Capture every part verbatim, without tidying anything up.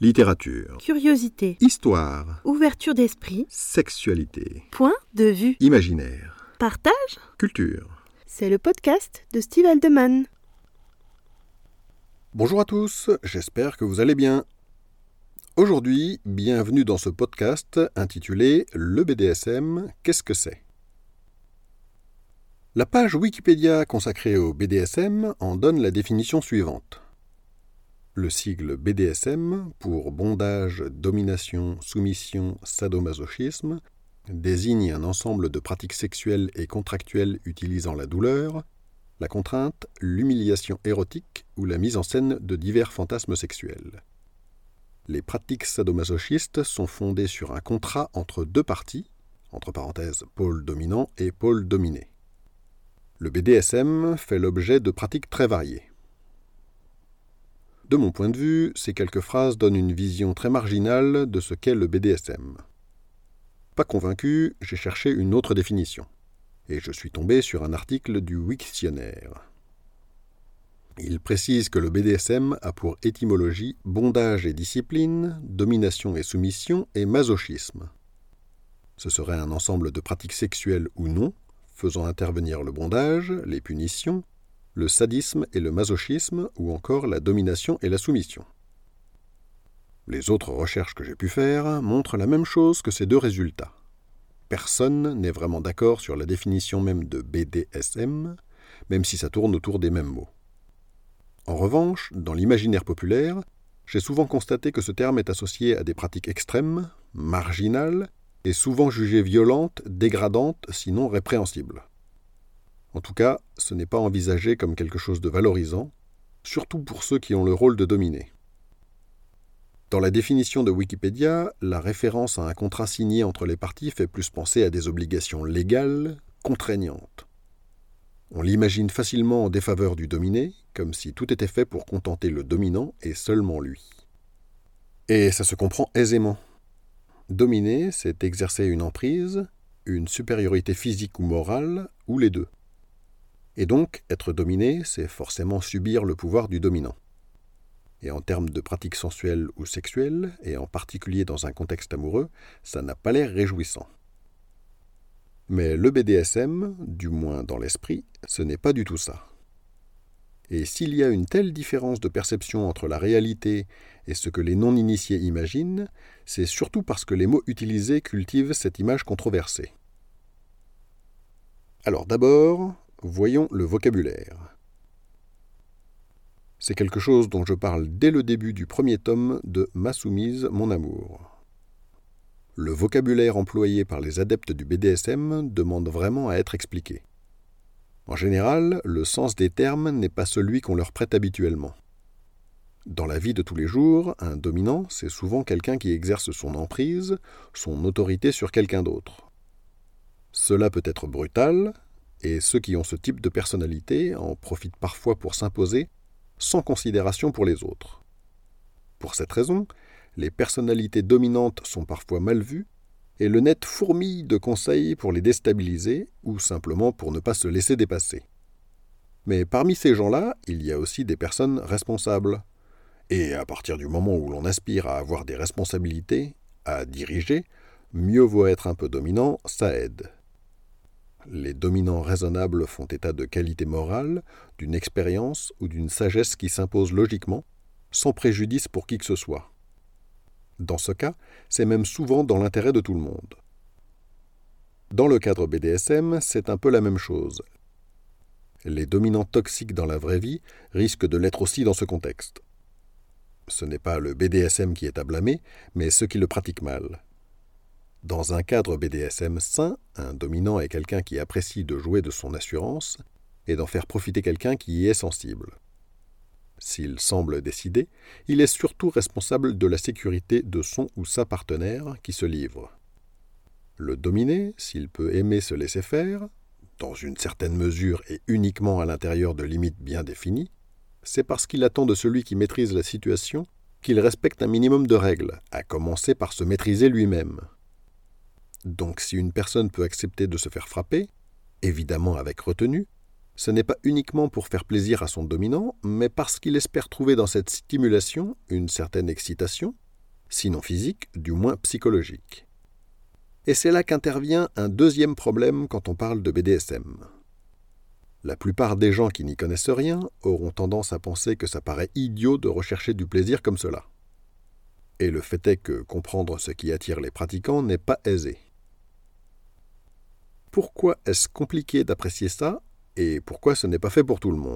Littérature, Curiosité, histoire, ouverture d'esprit, sexualité, point de vue, imaginaire, partage. culture. C'est le podcast de Steve Aldeman. Bonjour à tous, j'espère que vous allez bien. Aujourd'hui, bienvenue dans ce podcast intitulé « Le B D S M, qu'est-ce que c'est ?» La page Wikipédia consacrée au B D S M en donne la définition suivante. Le sigle B D S M, pour bondage, domination, soumission, sadomasochisme, désigne un ensemble de pratiques sexuelles et contractuelles utilisant la douleur, la contrainte, l'humiliation érotique ou la mise en scène de divers fantasmes sexuels. Les pratiques sadomasochistes sont fondées sur un contrat entre deux parties, entre parenthèses pôle dominant et pôle dominé. Le B D S M fait l'objet de pratiques très variées. De mon point de vue, ces quelques phrases donnent une vision très marginale de ce qu'est le B D S M. Pas convaincu, j'ai cherché une autre définition, et je suis tombé sur un article du Wiktionnaire. Il précise que le B D S M a pour étymologie bondage et discipline, domination et soumission et masochisme. Ce serait un ensemble de pratiques sexuelles ou non, faisant intervenir le bondage, les punitions, le sadisme et le masochisme, ou encore la domination et la soumission. Les autres recherches que j'ai pu faire montrent la même chose que ces deux résultats. Personne n'est vraiment d'accord sur la définition même de B D S M, même si ça tourne autour des mêmes mots. En revanche, dans l'imaginaire populaire, j'ai souvent constaté que ce terme est associé à des pratiques extrêmes, marginales, et souvent jugées violentes, dégradantes, sinon répréhensibles. En tout cas, ce n'est pas envisagé comme quelque chose de valorisant, surtout pour ceux qui ont le rôle de dominer. Dans la définition de Wikipédia, la référence à un contrat signé entre les parties fait plus penser à des obligations légales, contraignantes. On l'imagine facilement en défaveur du dominé, comme si tout était fait pour contenter le dominant et seulement lui. Et ça se comprend aisément. Dominer, c'est exercer une emprise, une supériorité physique ou morale, ou les deux. Et donc, être dominé, c'est forcément subir le pouvoir du dominant. Et en termes de pratiques sensuelles ou sexuelles, et en particulier dans un contexte amoureux, ça n'a pas l'air réjouissant. Mais le B D S M, du moins dans l'esprit, ce n'est pas du tout ça. Et s'il y a une telle différence de perception entre la réalité et ce que les non-initiés imaginent, c'est surtout parce que les mots utilisés cultivent cette image controversée. Alors d'abord, voyons le vocabulaire. C'est quelque chose dont je parle dès le début du premier tome de Ma soumise, mon amour. Le vocabulaire employé par les adeptes du B D S M demande vraiment à être expliqué. En général, le sens des termes n'est pas celui qu'on leur prête habituellement. Dans la vie de tous les jours, un dominant, c'est souvent quelqu'un qui exerce son emprise, son autorité sur quelqu'un d'autre. Cela peut être brutal, et ceux qui ont ce type de personnalité en profitent parfois pour s'imposer, sans considération pour les autres. Pour cette raison, les personnalités dominantes sont parfois mal vues, et le net fourmille de conseils pour les déstabiliser, ou simplement pour ne pas se laisser dépasser. Mais parmi ces gens-là, il y a aussi des personnes responsables. Et à partir du moment où l'on aspire à avoir des responsabilités, à diriger, mieux vaut être un peu dominant, ça aide. Les dominants raisonnables font état de qualité morale, d'une expérience ou d'une sagesse qui s'impose logiquement, sans préjudice pour qui que ce soit. Dans ce cas, c'est même souvent dans l'intérêt de tout le monde. Dans le cadre B D S M, c'est un peu la même chose. Les dominants toxiques dans la vraie vie risquent de l'être aussi dans ce contexte. Ce n'est pas le B D S M qui est à blâmer, mais ceux qui le pratiquent mal. Dans un cadre B D S M sain, un dominant est quelqu'un qui apprécie de jouer de son assurance et d'en faire profiter quelqu'un qui y est sensible. S'il semble décidé, il est surtout responsable de la sécurité de son ou sa partenaire qui se livre. Le dominé, s'il peut aimer se laisser faire, dans une certaine mesure et uniquement à l'intérieur de limites bien définies, c'est parce qu'il attend de celui qui maîtrise la situation qu'il respecte un minimum de règles, à commencer par se maîtriser lui-même. Donc si une personne peut accepter de se faire frapper, évidemment avec retenue, ce n'est pas uniquement pour faire plaisir à son dominant, mais parce qu'il espère trouver dans cette stimulation une certaine excitation, sinon physique, du moins psychologique. Et c'est là qu'intervient un deuxième problème quand on parle de B D S M. La plupart des gens qui n'y connaissent rien auront tendance à penser que ça paraît idiot de rechercher du plaisir comme cela. Et le fait est que comprendre ce qui attire les pratiquants n'est pas aisé. Pourquoi est-ce compliqué d'apprécier ça et pourquoi ce n'est pas fait pour tout le monde ?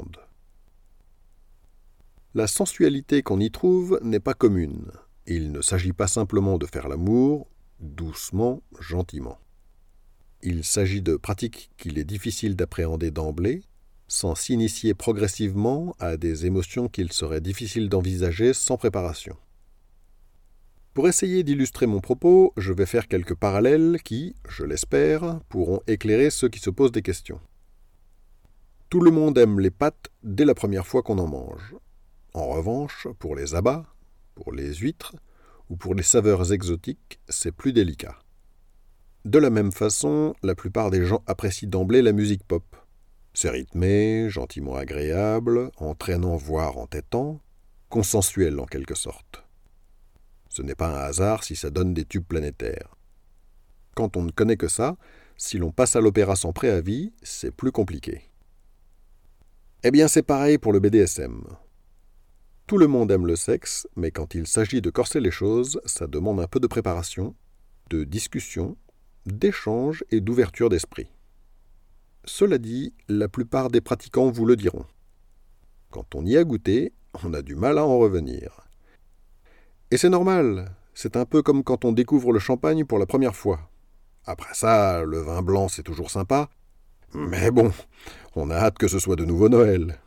La sensualité qu'on y trouve n'est pas commune. Il ne s'agit pas simplement de faire l'amour, doucement, gentiment. Il s'agit de pratiques qu'il est difficile d'appréhender d'emblée, sans s'initier progressivement à des émotions qu'il serait difficile d'envisager sans préparation. Pour essayer d'illustrer mon propos, je vais faire quelques parallèles qui, je l'espère, pourront éclairer ceux qui se posent des questions. Tout le monde aime les pâtes dès la première fois qu'on en mange. En revanche, pour les abats, pour les huîtres ou pour les saveurs exotiques, c'est plus délicat. De la même façon, la plupart des gens apprécient d'emblée la musique pop. C'est rythmé, gentiment agréable, entraînant voire entêtant, consensuel en quelque sorte. Ce n'est pas un hasard si ça donne des tubes planétaires. Quand on ne connaît que ça, si l'on passe à l'opéra sans préavis, c'est plus compliqué. Eh bien, c'est pareil pour le B D S M. Tout le monde aime le sexe, mais quand il s'agit de corser les choses, ça demande un peu de préparation, de discussion, d'échange et d'ouverture d'esprit. Cela dit, la plupart des pratiquants vous le diront. Quand on y a goûté, on a du mal à en revenir. Et c'est normal, c'est un peu comme quand on découvre le champagne pour la première fois. Après ça, le vin blanc c'est toujours sympa, mais bon, on a hâte que ce soit de nouveau Noël.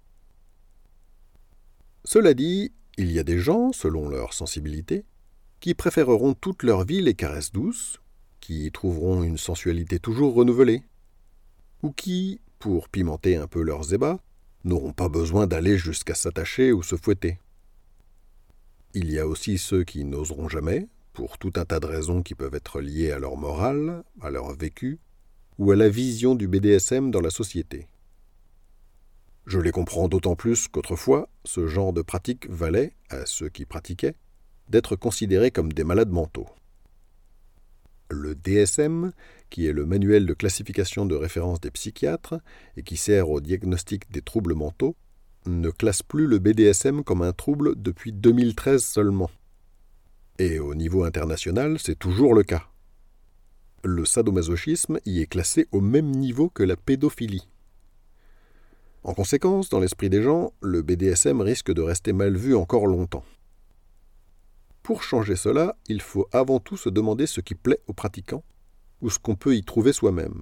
Cela dit, il y a des gens, selon leur sensibilité, qui préféreront toute leur vie les caresses douces, qui y trouveront une sensualité toujours renouvelée, ou qui, pour pimenter un peu leurs ébats, n'auront pas besoin d'aller jusqu'à s'attacher ou se fouetter. Il y a aussi ceux qui n'oseront jamais, pour tout un tas de raisons qui peuvent être liées à leur morale, à leur vécu, ou à la vision du B D S M dans la société. Je les comprends d'autant plus qu'autrefois, ce genre de pratique valait, à ceux qui pratiquaient, d'être considérés comme des malades mentaux. Le D S M, qui est le manuel de classification de référence des psychiatres et qui sert au diagnostic des troubles mentaux, ne classe plus le B D S M comme un trouble depuis deux mille treize seulement. Et au niveau international, c'est toujours le cas. Le sadomasochisme y est classé au même niveau que la pédophilie. En conséquence, dans l'esprit des gens, le B D S M risque de rester mal vu encore longtemps. Pour changer cela, il faut avant tout se demander ce qui plaît aux pratiquants ou ce qu'on peut y trouver soi-même.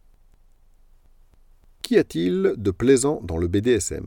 Qu'y a-t-il de plaisant dans le B D S M ?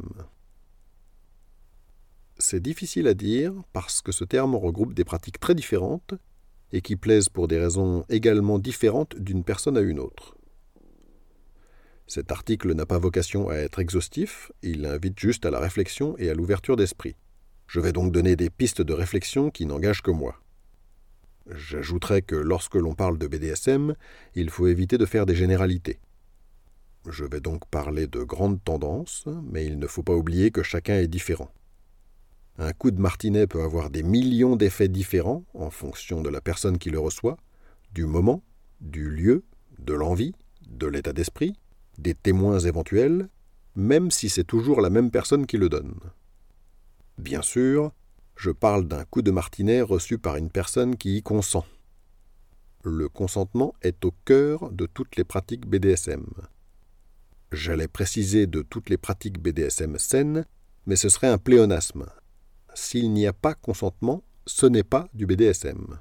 C'est difficile à dire parce que ce terme regroupe des pratiques très différentes et qui plaisent pour des raisons également différentes d'une personne à une autre. Cet article n'a pas vocation à être exhaustif, il invite juste à la réflexion et à l'ouverture d'esprit. Je vais donc donner des pistes de réflexion qui n'engagent que moi. J'ajouterai que lorsque l'on parle de B D S M, il faut éviter de faire des généralités. Je vais donc parler de grandes tendances, mais il ne faut pas oublier que chacun est différent. Un coup de martinet peut avoir des millions d'effets différents en fonction de la personne qui le reçoit, du moment, du lieu, de l'envie, de l'état d'esprit, des témoins éventuels, même si c'est toujours la même personne qui le donne. Bien sûr, je parle d'un coup de martinet reçu par une personne qui y consent. Le consentement est au cœur de toutes les pratiques B D S M. J'allais préciser de toutes les pratiques B D S M saines, mais ce serait un pléonasme. S'il n'y a pas consentement, ce n'est pas du B D S M.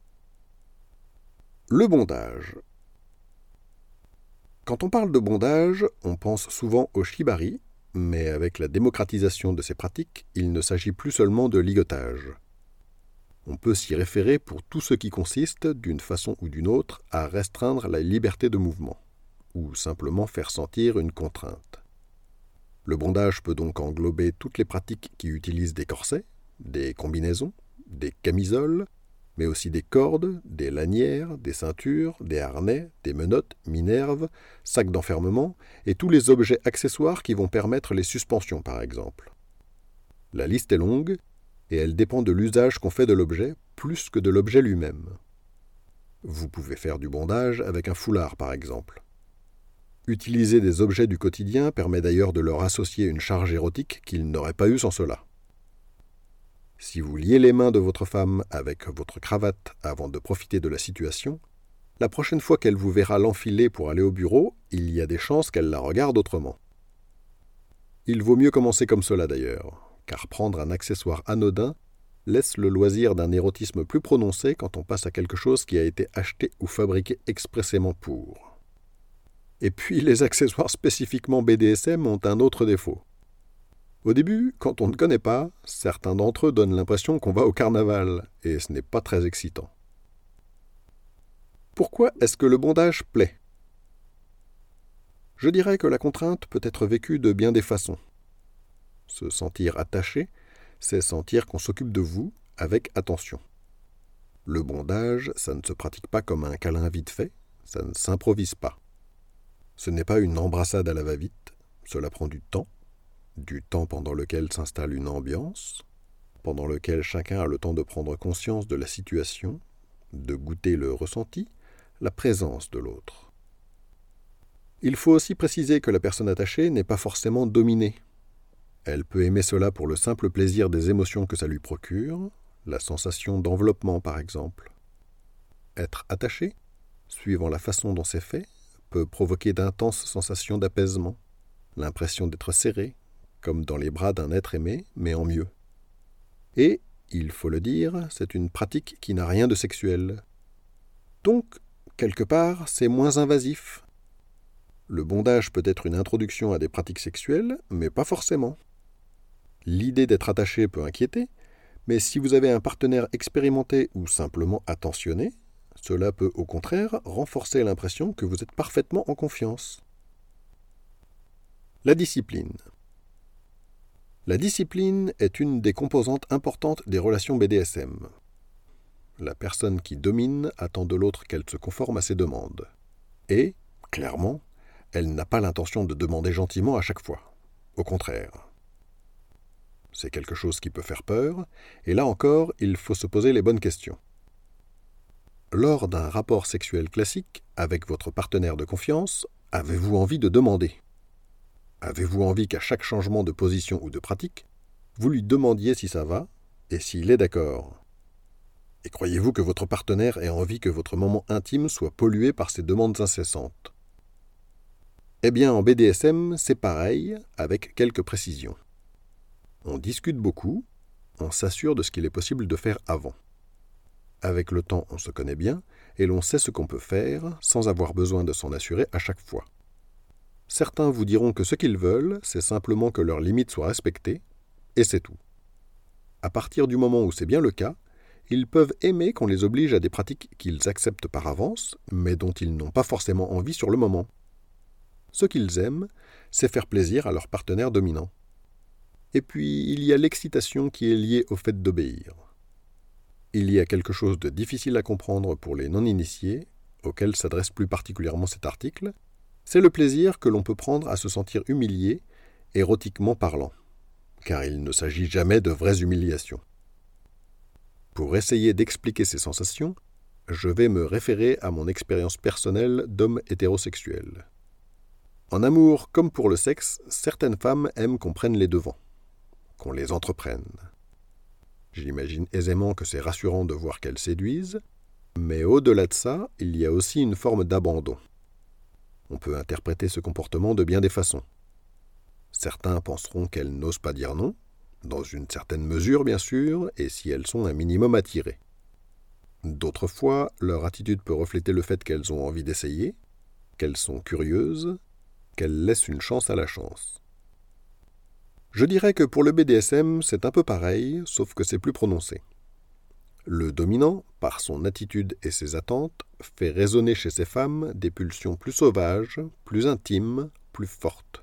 Le bondage. Quand on parle de bondage, on pense souvent au shibari, mais avec la démocratisation de ces pratiques, il ne s'agit plus seulement de ligotage. On peut s'y référer pour tout ce qui consiste, d'une façon ou d'une autre, à restreindre la liberté de mouvement, ou simplement faire sentir une contrainte. Le bondage peut donc englober toutes les pratiques qui utilisent des corsets, des combinaisons, des camisoles, mais aussi des cordes, des lanières, des ceintures, des harnais, des menottes, minerves, sacs d'enfermement et tous les objets accessoires qui vont permettre les suspensions, par exemple. La liste est longue et elle dépend de l'usage qu'on fait de l'objet, plus que de l'objet lui-même. Vous pouvez faire du bondage avec un foulard, par exemple. Utiliser des objets du quotidien permet d'ailleurs de leur associer une charge érotique qu'ils n'auraient pas eue sans cela. Si vous liez les mains de votre femme avec votre cravate avant de profiter de la situation, la prochaine fois qu'elle vous verra l'enfiler pour aller au bureau, il y a des chances qu'elle la regarde autrement. Il vaut mieux commencer comme cela d'ailleurs, car prendre un accessoire anodin laisse le loisir d'un érotisme plus prononcé quand on passe à quelque chose qui a été acheté ou fabriqué expressément pour. Et puis les accessoires spécifiquement B D S M ont un autre défaut. Au début, quand on ne connaît pas, certains d'entre eux donnent l'impression qu'on va au carnaval, et ce n'est pas très excitant. Pourquoi est-ce que le bondage plaît ? Je dirais que la contrainte peut être vécue de bien des façons. Se sentir attaché, c'est sentir qu'on s'occupe de vous avec attention. Le bondage, ça ne se pratique pas comme un câlin vite fait, ça ne s'improvise pas. Ce n'est pas une embrassade à la va-vite, cela prend du temps, du temps pendant lequel s'installe une ambiance, pendant lequel chacun a le temps de prendre conscience de la situation, de goûter le ressenti, la présence de l'autre. Il faut aussi préciser que la personne attachée n'est pas forcément dominée. Elle peut aimer cela pour le simple plaisir des émotions que ça lui procure, la sensation d'enveloppement par exemple. Être attaché, suivant la façon dont c'est fait, peut provoquer d'intenses sensations d'apaisement, l'impression d'être serré, comme dans les bras d'un être aimé, mais en mieux. Et, il faut le dire, c'est une pratique qui n'a rien de sexuel. Donc, quelque part, c'est moins invasif. Le bondage peut être une introduction à des pratiques sexuelles, mais pas forcément. L'idée d'être attaché peut inquiéter, mais si vous avez un partenaire expérimenté ou simplement attentionné, cela peut au contraire renforcer l'impression que vous êtes parfaitement en confiance. La discipline. La discipline est une des composantes importantes des relations B D S M. La personne qui domine attend de l'autre qu'elle se conforme à ses demandes. Et, clairement, elle n'a pas l'intention de demander gentiment à chaque fois. Au contraire. C'est quelque chose qui peut faire peur, et là encore, il faut se poser les bonnes questions. Lors d'un rapport sexuel classique, avec votre partenaire de confiance, avez-vous envie de demander ? Avez-vous envie qu'à chaque changement de position ou de pratique, vous lui demandiez si ça va, et s'il est d'accord ? Et croyez-vous que votre partenaire ait envie que votre moment intime soit pollué par ces demandes incessantes ? Eh bien, en B D S M, c'est pareil, avec quelques précisions. On discute beaucoup, on s'assure de ce qu'il est possible de faire avant. Avec le temps, on se connaît bien, et l'on sait ce qu'on peut faire, sans avoir besoin de s'en assurer à chaque fois. Certains vous diront que ce qu'ils veulent, c'est simplement que leurs limites soient respectées, et c'est tout. À partir du moment où c'est bien le cas, ils peuvent aimer qu'on les oblige à des pratiques qu'ils acceptent par avance, mais dont ils n'ont pas forcément envie sur le moment. Ce qu'ils aiment, c'est faire plaisir à leur partenaire dominant. Et puis, il y a l'excitation qui est liée au fait d'obéir. Il y a quelque chose de difficile à comprendre pour les non-initiés, auxquels s'adresse plus particulièrement cet article, c'est le plaisir que l'on peut prendre à se sentir humilié, érotiquement parlant, car il ne s'agit jamais de vraies humiliations. Pour essayer d'expliquer ces sensations, je vais me référer à mon expérience personnelle d'homme hétérosexuel. En amour comme pour le sexe, certaines femmes aiment qu'on prenne les devants, qu'on les entreprenne. J'imagine aisément que c'est rassurant de voir qu'elles séduisent, mais au-delà de ça, il y a aussi une forme d'abandon. On peut interpréter ce comportement de bien des façons. Certains penseront qu'elles n'osent pas dire non, dans une certaine mesure bien sûr, et si elles sont un minimum attirées. D'autres fois, leur attitude peut refléter le fait qu'elles ont envie d'essayer, qu'elles sont curieuses, qu'elles laissent une chance à la chance. Je dirais que pour le B D S M, c'est un peu pareil, sauf que c'est plus prononcé. Le dominant, par son attitude et ses attentes, fait résonner chez ces femmes des pulsions plus sauvages, plus intimes, plus fortes.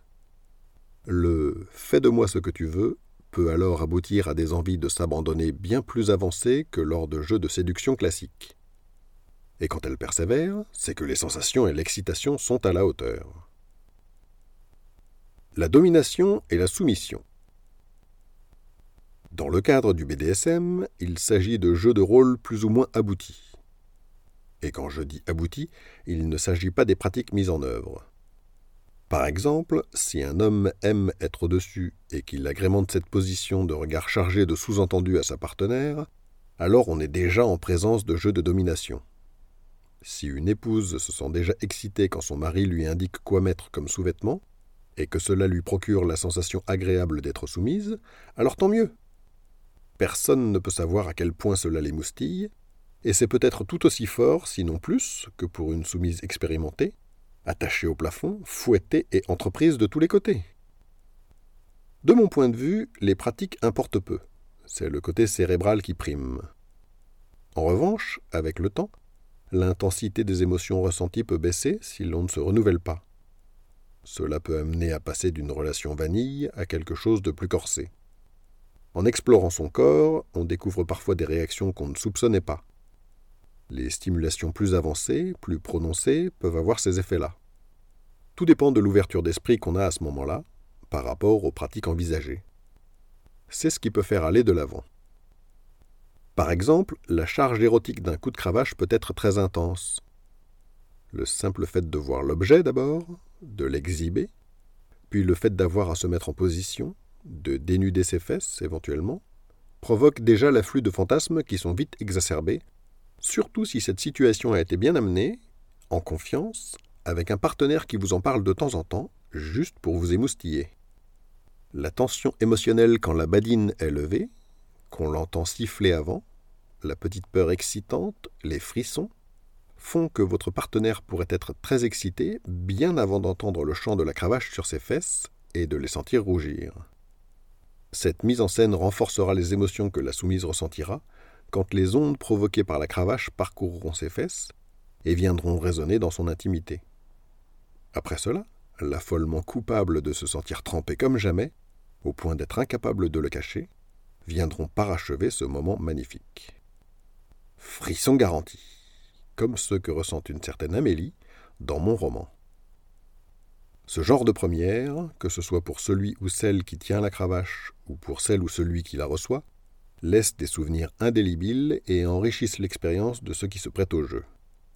Le « fais de moi ce que tu veux » peut alors aboutir à des envies de s'abandonner bien plus avancées que lors de jeux de séduction classiques. Et quand elles persévèrent, c'est que les sensations et l'excitation sont à la hauteur. La domination et la soumission. Dans le cadre du B D S M, il s'agit de jeux de rôle plus ou moins aboutis. Et quand je dis aboutis, il ne s'agit pas des pratiques mises en œuvre. Par exemple, si un homme aime être au-dessus et qu'il agrémente cette position de regard chargé de sous-entendus à sa partenaire, alors on est déjà en présence de jeux de domination. Si une épouse se sent déjà excitée quand son mari lui indique quoi mettre comme sous-vêtement, et que cela lui procure la sensation agréable d'être soumise, alors tant mieux. Personne ne peut savoir à quel point cela l'émoustille, et c'est peut-être tout aussi fort, sinon plus, que pour une soumise expérimentée, attachée au plafond, fouettée et entreprise de tous les côtés. De mon point de vue, les pratiques importent peu. C'est le côté cérébral qui prime. En revanche, avec le temps, l'intensité des émotions ressenties peut baisser si l'on ne se renouvelle pas. Cela peut amener à passer d'une relation vanille à quelque chose de plus corsé. En explorant son corps, on découvre parfois des réactions qu'on ne soupçonnait pas. Les stimulations plus avancées, plus prononcées, peuvent avoir ces effets-là. Tout dépend de l'ouverture d'esprit qu'on a à ce moment-là, par rapport aux pratiques envisagées. C'est ce qui peut faire aller de l'avant. Par exemple, la charge érotique d'un coup de cravache peut être très intense. Le simple fait de voir l'objet d'abord, de l'exhiber, puis le fait d'avoir à se mettre en position, de dénuder ses fesses éventuellement, provoque déjà l'afflux de fantasmes qui sont vite exacerbés, surtout si cette situation a été bien amenée, en confiance, avec un partenaire qui vous en parle de temps en temps, juste pour vous émoustiller. La tension émotionnelle quand la badine est levée, qu'on l'entend siffler avant, la petite peur excitante, les frissons, font que votre partenaire pourrait être très excité bien avant d'entendre le chant de la cravache sur ses fesses et de les sentir rougir. Cette mise en scène renforcera les émotions que la soumise ressentira quand les ondes provoquées par la cravache parcourront ses fesses et viendront résonner dans son intimité. Après cela, l'affolement coupable de se sentir trempé comme jamais, au point d'être incapable de le cacher, viendront parachever ce moment magnifique. Frissons garantis, comme ceux que ressent une certaine Amélie dans mon roman. Ce genre de première, que ce soit pour celui ou celle qui tient la cravache ou pour celle ou celui qui la reçoit, laisse des souvenirs indélébiles et enrichissent l'expérience de ceux qui se prêtent au jeu.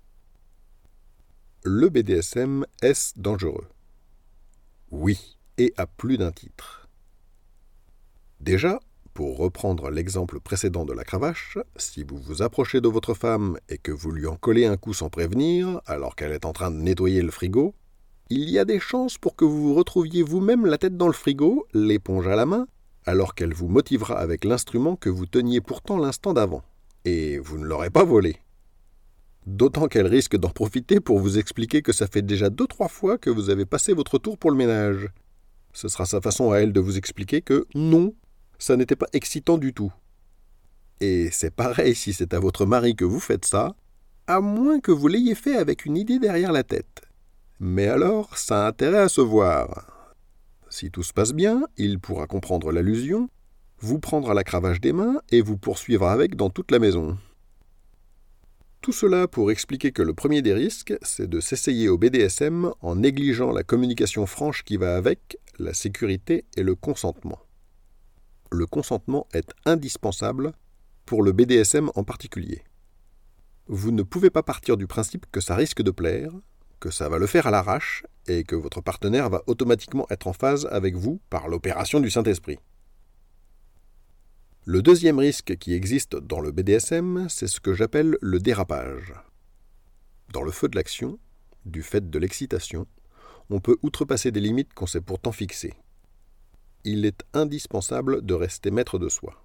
Le B D S M est-ce dangereux? Oui, et à plus d'un titre. Déjà, pour reprendre l'exemple précédent de la cravache, si vous vous approchez de votre femme et que vous lui en collez un coup sans prévenir, alors qu'elle est en train de nettoyer le frigo, il y a des chances pour que vous vous retrouviez vous-même la tête dans le frigo, l'éponge à la main, alors qu'elle vous motivera avec l'instrument que vous teniez pourtant l'instant d'avant. Et vous ne l'aurez pas volé. D'autant qu'elle risque d'en profiter pour vous expliquer que ça fait déjà deux trois fois que vous avez passé votre tour pour le ménage. Ce sera sa façon à elle de vous expliquer que non, ça n'était pas excitant du tout. Et c'est pareil si c'est à votre mari que vous faites ça, à moins que vous l'ayez fait avec une idée derrière la tête. Mais alors, ça a intérêt à se voir. Si tout se passe bien, il pourra comprendre l'allusion, vous prendre la cravache des mains et vous poursuivre avec dans toute la maison. Tout cela pour expliquer que le premier des risques, c'est de s'essayer au B D S M en négligeant la communication franche qui va avec, la sécurité et le consentement. Le consentement est indispensable pour le B D S M en particulier. Vous ne pouvez pas partir du principe que ça risque de plaire, que ça va le faire à l'arrache et que votre partenaire va automatiquement être en phase avec vous par l'opération du Saint-Esprit. Le deuxième risque qui existe dans le B D S M, c'est ce que j'appelle le dérapage. Dans le feu de l'action, du fait de l'excitation, on peut outrepasser des limites qu'on s'est pourtant fixées. Il est indispensable de rester maître de soi.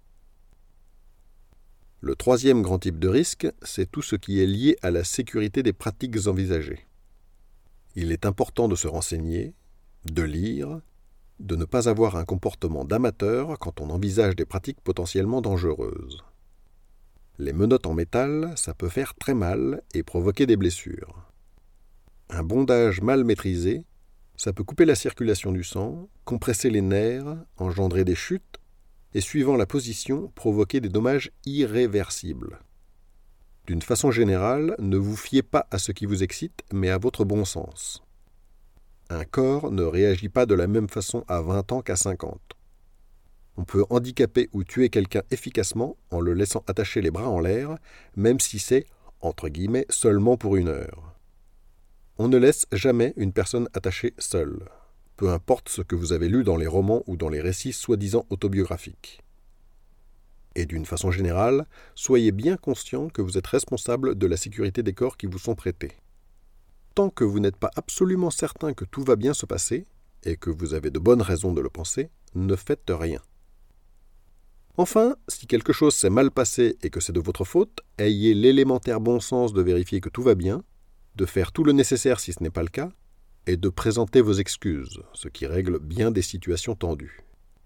Le troisième grand type de risque, c'est tout ce qui est lié à la sécurité des pratiques envisagées. Il est important de se renseigner, de lire, de ne pas avoir un comportement d'amateur quand on envisage des pratiques potentiellement dangereuses. Les menottes en métal, ça peut faire très mal et provoquer des blessures. Un bondage mal maîtrisé, ça peut couper la circulation du sang, compresser les nerfs, engendrer des chutes et, suivant la position, provoquer des dommages irréversibles. D'une façon générale, ne vous fiez pas à ce qui vous excite, mais à votre bon sens. Un corps ne réagit pas de la même façon à vingt ans qu'à cinquante. On peut handicaper ou tuer quelqu'un efficacement en le laissant attacher les bras en l'air, même si c'est, entre guillemets, seulement pour une heure. On ne laisse jamais une personne attachée seule, peu importe ce que vous avez lu dans les romans ou dans les récits soi-disant autobiographiques. Et d'une façon générale, soyez bien conscient que vous êtes responsable de la sécurité des corps qui vous sont prêtés. Tant que vous n'êtes pas absolument certain que tout va bien se passer, et que vous avez de bonnes raisons de le penser, ne faites rien. Enfin, si quelque chose s'est mal passé et que c'est de votre faute, ayez l'élémentaire bon sens de vérifier que tout va bien, de faire tout le nécessaire si ce n'est pas le cas, et de présenter vos excuses, ce qui règle bien des situations tendues.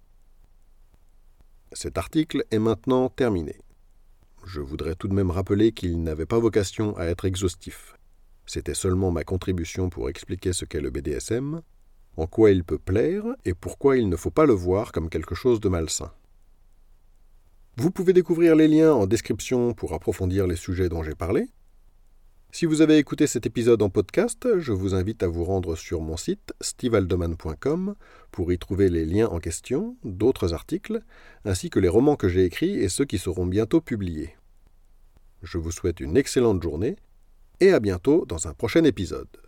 Cet article est maintenant terminé. Je voudrais tout de même rappeler qu'il n'avait pas vocation à être exhaustif. C'était seulement ma contribution pour expliquer ce qu'est le B D S M, en quoi il peut plaire et pourquoi il ne faut pas le voir comme quelque chose de malsain. Vous pouvez découvrir les liens en description pour approfondir les sujets dont j'ai parlé. Si vous avez écouté cet épisode en podcast, je vous invite à vous rendre sur mon site steve haldeman point com pour y trouver les liens en question, d'autres articles, ainsi que les romans que j'ai écrits et ceux qui seront bientôt publiés. Je vous souhaite une excellente journée et à bientôt dans un prochain épisode.